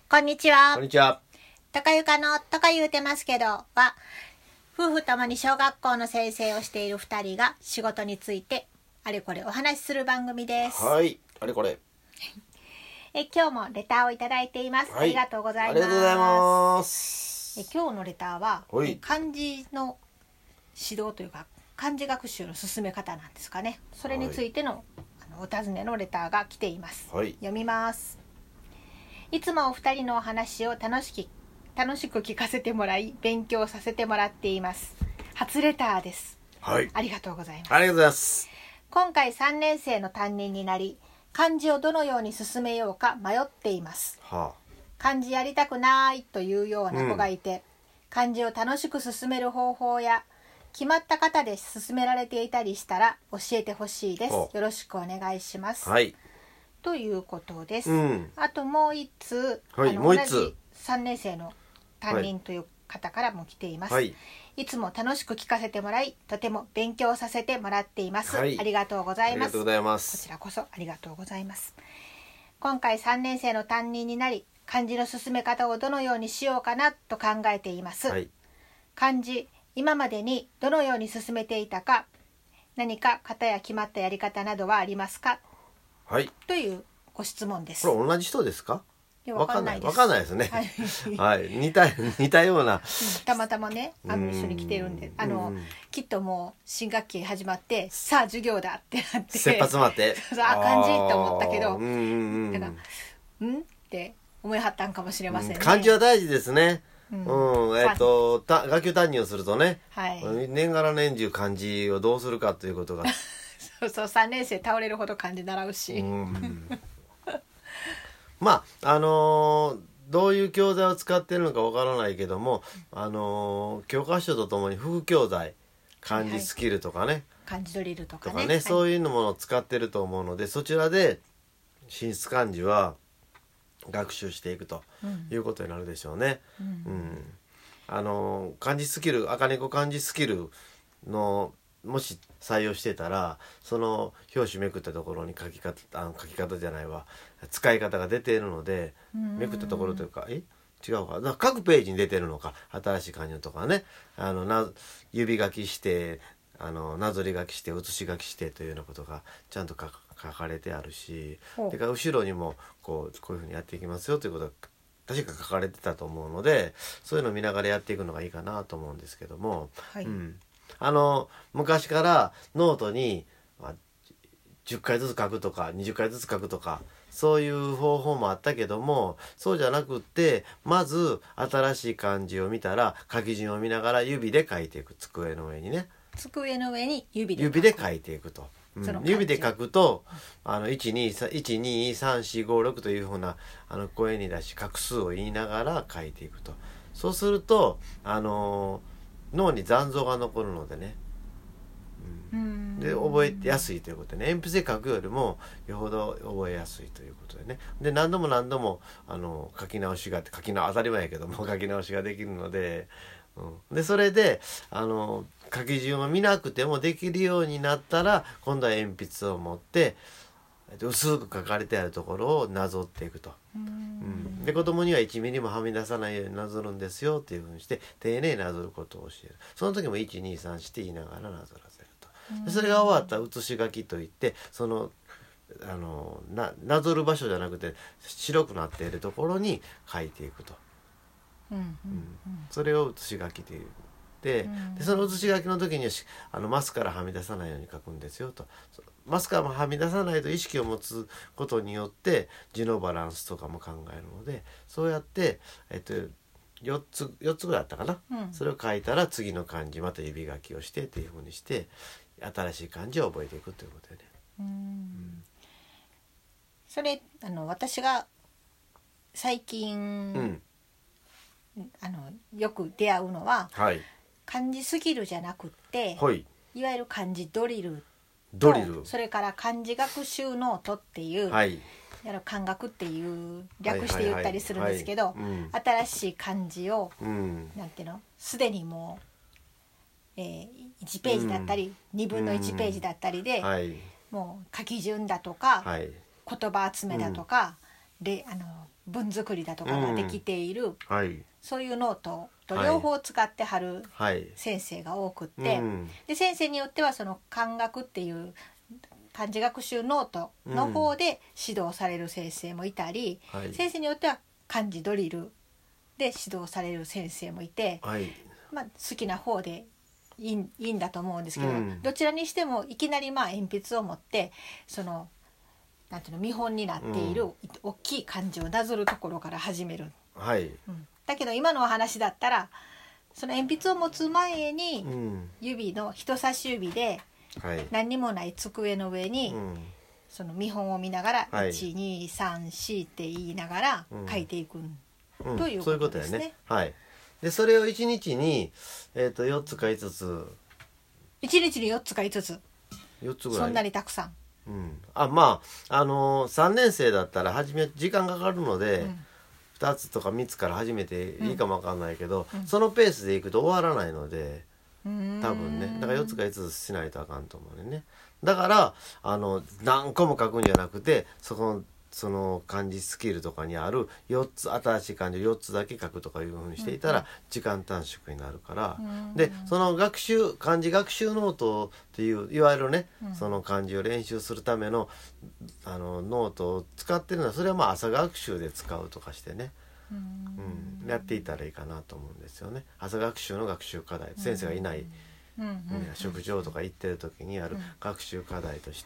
こんにちは。 こんにちは。 高ゆかのとか言うてますけどは、夫婦ともに小学校の先生をしている2人が仕事についてあれこれお話しする番組です。 はい、あれこれ。 今日もレターをいただいています。 はい、 ありがとうございます。 ありがとうございます。 今日のレターは、 はい、 漢字の指導というか漢字学習の進め方なんですかね。それについての、お尋ねのレターが来ています。 はい、 読みます。いつもお二人のお話を楽しく聞かせてもらい勉強させてもらっています。初レターです。 はい、 ありがとうございます。 ありがとうございます。 今回3年生の担任になり、漢字をどのように進めようか迷っています。漢字やりたくないというような子がいて、漢字を楽しく進める方法や決まった方で進められていたりしたら教えてほしいです。よろしくお願いします。 はい。 ということです。あともう一通、 はい、 同じ3年生の担任という方からも来ています。はい、いつも楽しく聞かせてもらい、とても勉強させてもらっています。はい、ありがとうございます。 ありがとうございます。 こちらこそありがとうございます。今回3年生の担任になり、漢字の進め方をどのようにしようかなと考えています。はい、漢字、今までにどのように進めていたか、何か型や決まったやり方などはありますか？はい、というご質問です。 これ同じ人ですか？ わかんないです。 わかんないですね。はい、似たような、 たまたまね、一緒に来てるんで、きっともう新学期始まってさあ授業だってなって切羽詰まって漢字って思ったけど、だからって思いはったんかもしれませんね。 漢字は大事ですね。学級担任をするとね、年がら年中漢字をどうするかということがそう3年生倒れるほど漢字習うし、 まあどういう教材を使ってるのかわからないけども、教科書とともに副教材、漢字スキルとかね、 漢字ドリルとかね、 そういうものを使ってると思うので、そちらで進出漢字は学習していくということになるでしょうね。漢字スキル、赤猫漢字スキルのもし採用してたら、その表紙めくったところに書き方じゃないわ、使い方が出ているので、めくったところというか違うか、各ページに出てるのか、新しい漢字とかね、指書きしてなぞり書きして写し書きしてというようなことがちゃんと書かれてあるし、でから後ろにもこういうふうにやっていきますよということが確か書かれてたと思うので、そういうのを見ながらやっていくのがいいかなと思うんですけども、昔からノートに10回ずつ書くとか20回ずつ書くとか、そういう方法もあったけども、そうじゃなくって、まず新しい漢字を見たら書き順を見ながら指で書いていく。机の上にね、 机の上に指で書いていくと、指で書くと12345というふうな声に出し画数を言いながら書いていくと。そうすると脳に残像が残るのでね、で覚えやすいということでね、鉛筆で書くよりもよほど覚えやすいということでね、で何度も書き直しが当たり前やけども書き直しができるので、でそれで書き順を見なくてもできるようになったら、今度は鉛筆を持って薄く書かれてあるところをなぞっていくと。で子供には1ミリもはみ出さないようになぞるんですよっていうふうにして丁寧になぞることを教える。その時も123して言いながらなぞらせると。でそれが終わったら写し書きといって、そのなぞる場所じゃなくて白くなっているところに書いていくと。それを写し書きで言って、でその写し書きの時にマスからはみ出さないように書くんですよと。マスからはみ出さないと意識を持つことによって字のバランスとかも考えるので、そうやって4つぐらいあったかな、それを書いたら次の漢字また指書きをしてっていうふうにして新しい漢字を覚えていくということでね。 それ私が最近、よく出会うのは、漢字スキルじゃなくって、いわゆる漢字ドリルとそれから漢字学習ノートっていう、漢学っていう略して言ったりするんですけど、新しい漢字を、なんていうの、すでにもう、1ページだったり、2分の1ページだったりで、もう書き順だとか、言葉集めだとか、 文作りだとかができている、 はい、 そういうノートと両方使ってはる先生が多くって、で先生によってはその漢学っていう漢字学習ノートの方で指導される先生もいたり、先生によっては漢字ドリルで指導される先生もいて、まあ、好きな方でいいんだと思うんですけど、どちらにしてもいきなりまあ鉛筆を持ってそのなんていうの見本になっている大きい漢字をなぞるところから始める、だけど今のお話だったらその鉛筆を持つ前に指の人差し指で何にもない机の上にその見本を見ながら1,2,3,4って言いながら書いていくということですね。 でそれを1日に、4つか5つ 1日に4つか5つ 4つぐらいそんなにたくさん、 まあ3年生だったら初め時間かかるので、2つとか3つから始めていいかもわかんないけど、そのペースでいくと終わらないので多分ね、だから4つか5つしないとあかんと思うね。だから何個も書くんじゃなくてその漢字スキルとかにある4つ新しい漢字を4つだけ書くとかいう風にしていたら時間短縮になるから、でその漢字学習ノートっていういわゆるね、その漢字を練習するためのノートを使ってるのはそれはまあ朝学習で使うとかしてね、やっていたらいいかなと思うんですよね。朝学習の学習課題、先生がいない食事とか行ってる時にある学習課題として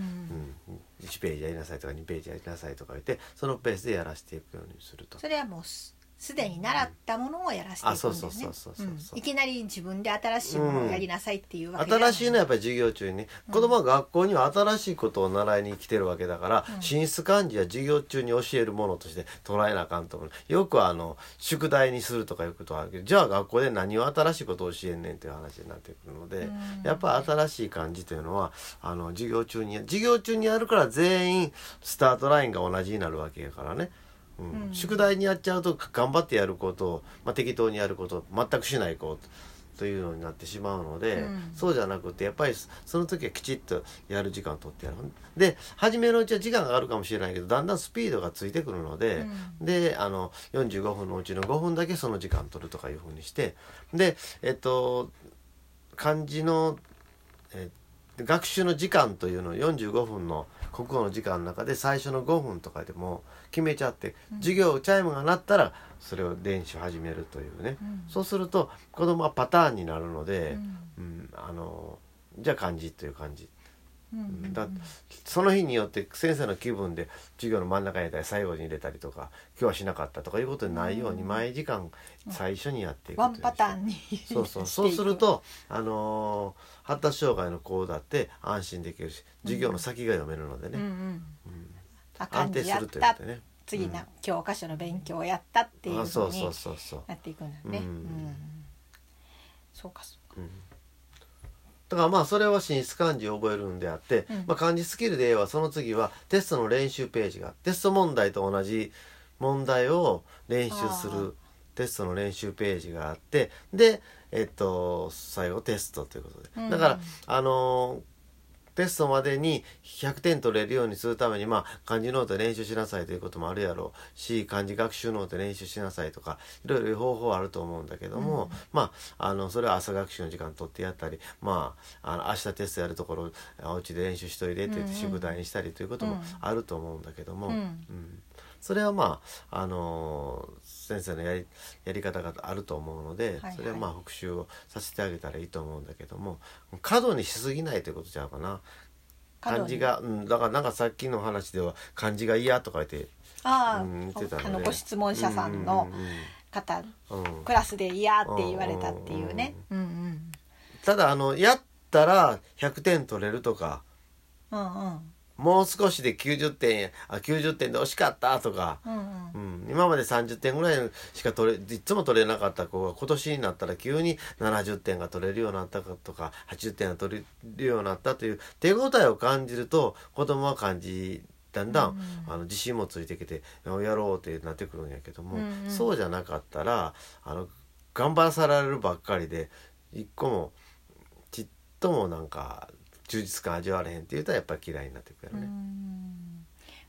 、1ページやりなさいとか2ページやりなさいとか言ってそのペースでやらせていくようにすると。 それはもうすでに習ったものをやらせていくんですね。いきなり自分で新しいものをやりなさいっていうわけではない。 新しいのはやっぱり授業中にね、子供は学校には新しいことを習いに来てるわけだから、進出漢字は授業中に教えるものとして捉えなあかんと思う。よく宿題にするとかいうことはあるけど、じゃあ学校で何を新しいことを教えんねんっていう話になってくるので、やっぱ新しい漢字というのは授業中にやるから全員スタートラインが同じになるわけやからね。宿題にやっちゃうと頑張ってやることを、適当にやること全くしない子というのになってしまうので、そうじゃなくてやっぱりその時はきちっとやる時間を取ってやる。で初めのうちは時間があるかもしれないけどだんだんスピードがついてくるので、で45分のうちの5分だけその時間取るとかいうふうにして、で漢字の、学習の時間というのを45分の国語の時間の中で最初の5分とかでも決めちゃって、授業チャイムが鳴ったらそれを練習始めるというね、そうすると子供はパターンになるので、じゃあ漢字という漢字、その日によって先生の気分で授業の真ん中に入れたり最後に入れたりとか今日はしなかったとかいうことにないように毎時間最初にやっていくという、 ワンパターンにそうすると発達障害の子だって安心できるし授業の先が読めるのでね、安定するということでね、 次の教科書の勉強をやったっていうふうになっていくんだね。そうかそうか。 だからそれは進出漢字を覚えるんであって、漢字スキルで言えばその次はテストの練習ページがテスト問題と同じ問題を練習するテストの練習ページがあって、で最後テストということで、だからテストまでに100点取れるようにするために漢字ノート練習しなさいということもあるやろうし、漢字学習ノート練習しなさいとかいろいろ方法あると思うんだけども、それは朝学習の時間取ってやったり、明日テストやるところお家で練習しといてって言って宿題にしたりということもあると思うんだけども、それは先生のやり方があると思うので、それは復習をさせてあげたらいいと思うんだけども、過度にしすぎないということちゃうかな。漢字が、だからなんかさっきの話では漢字が嫌とか言って言ってたので、ご質問者さんの方、クラスで嫌って言われたっていうね。 ただやったら100点取れるとか、もう少しで90点で惜しかったとか、今まで30点ぐらいしかいつも取れなかった子が今年になったら急に70点が取れるようになったとか80点が取れるようになったという手応えを感じると子供はだんだん自信もついてきてやろうってなってくるんやけども、そうじゃなかったら頑張らされるばっかりで一個もちっともなんか充実感味わわれへんって言うとやっぱり嫌いになってくるよね。 だか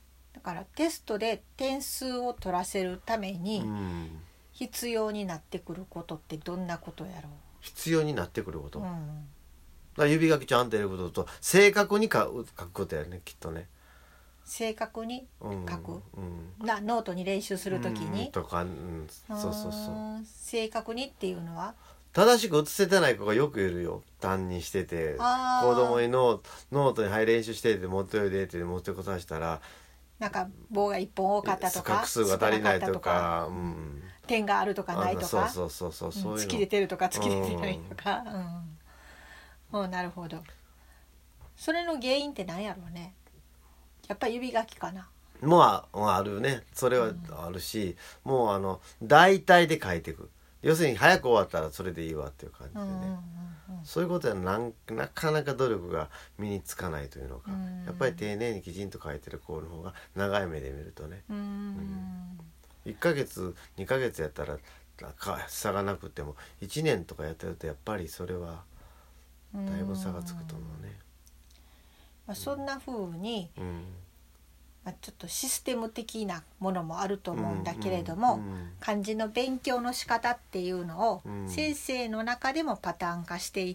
からテストで点数を取らせるために必要になってくることってどんなことやろう。 必要になってくること、だから指書きちゃんとやることと正確に書くことやね、きっとね。 正確に書く、ノートに練習するときに、 とか、そうそうそう。 正確にっていうのは正しく写せてない子がよくいるよ。担任してて子供にノートに練習してて持っておいでって持ってこさせたら、 なんか棒が1本多かったとか画数が足りないとか、 点があるとかないとか、 そういうの突き出てるとか突き出てないとか、なるほど。それの原因って何やろうね。やっぱり指書きかな。 もうあるね。それはあるし、もう大体で書いていく。要するに早く終わったらそれでいいわっていう感じでね、そういうことはなかなか努力が身につかないというのか、やっぱり丁寧にきちんと書いてる子の方が長い目で見るとね、1ヶ月2ヶ月やったら差がなくても1年とかやってるとやっぱりそれはだいぶ差がつくと思うね。 そんな風に、ちょっとシステム的なものもあると思うんだけれども、漢字の勉強の仕方っていうのを先生の中でもパターン化していって、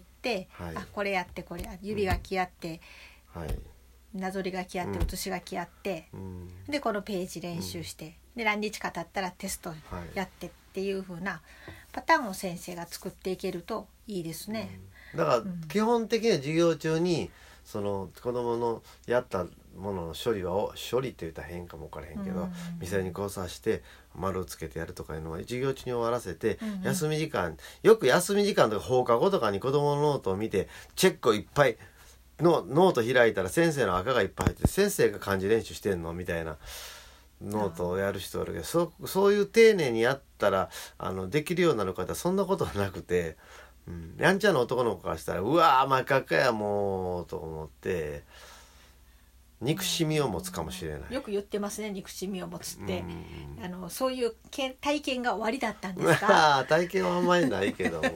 これやってこれ指書きやって、なぞり書きやって写し書きやって、でこのページ練習して、で何日か経ったらテストやってっていう風なパターンを先生が作っていけるといいですね。 だから基本的には授業中にその子どものやったものの処理って言ったら変かも分からへんけど、店にこうさして丸をつけてやるとかいうのは授業中に終わらせて、休み時間よく休み時間とか放課後とかに子どものノートを見てチェックをいっぱいノート開いたら先生の赤がいっぱい入って先生が漢字練習してんのみたいなノートをやる人がいるけど、そういう丁寧にやったらできるようになる方はそんなことはなくて、やんちゃな男の子からしたらうわー真っ赤っかやもうと思って憎しみを持つかもしれない。 よく言ってますね、憎しみを持つって、そういう体験が終わりだったんですか？ 体験はあんまりないけども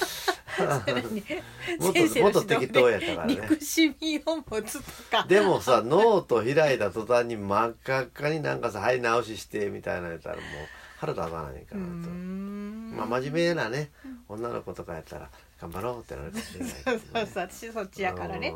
もっと適当やったからね。 憎しみを持つとかでもさ、ノート開いた途端に真っ赤っかになんかさはい直ししてみたいなやったらもう腹立たないかなと。真面目なね女の子とかやったら頑張ろうってなるかもしれないけどね。 私そっちやからね。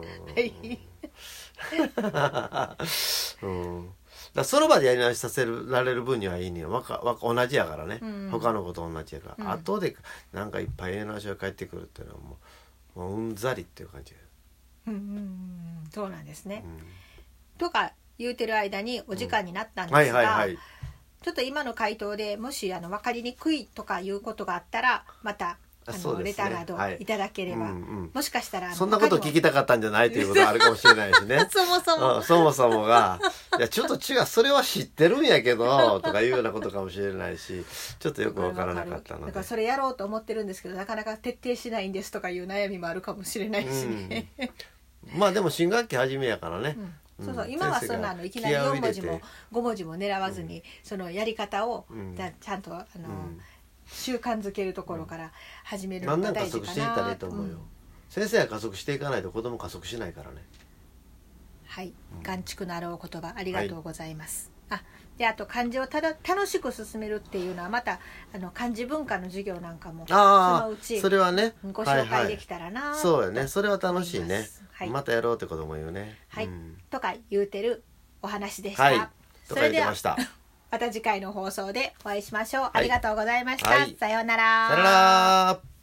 だその場でやり直しさせられる分にはいいねよ。同じやからね、他の子と同じやから、後でなんかいっぱいやり直しが返ってくるっていうのはもううんざりっていう感じで、 そうなんですね、とか言うてる間にお時間になったんですが、ちょっと今の回答でもし分かりにくいとかいうことがあったらまたレターなどいただければ、もしかしたらそんなこと聞きたかったんじゃないということがあるかもしれないしねそもそもがいやちょっと違うそれは知ってるんやけどとかいうようなことかもしれないし、ちょっとよく分からなかったので、 だからそれやろうと思ってるんですけどなかなか徹底しないんですとかいう悩みもあるかもしれないしね、 まあでも新学期初めやからね、 今はそんないきなり4文字も5文字も狙わずに、そのやり方をちゃんと習慣づけるところから始めるのが大事かな。 加速していったらいいと思うよ、先生は加速していかないと子供加速しないからね。 はい、眼蓄のあるお言葉ありがとうございます、であと漢字を楽しく進めるっていうのはまた漢字文化の授業なんかもそのうちそれはねご紹介できたらな、 そうよね、それは楽しいね、またやろうって子供言うね、 とか言うてるお話でした、 それではまた次回の放送でお会いしましょう。ありがとうございました、さようなら。 さようなら。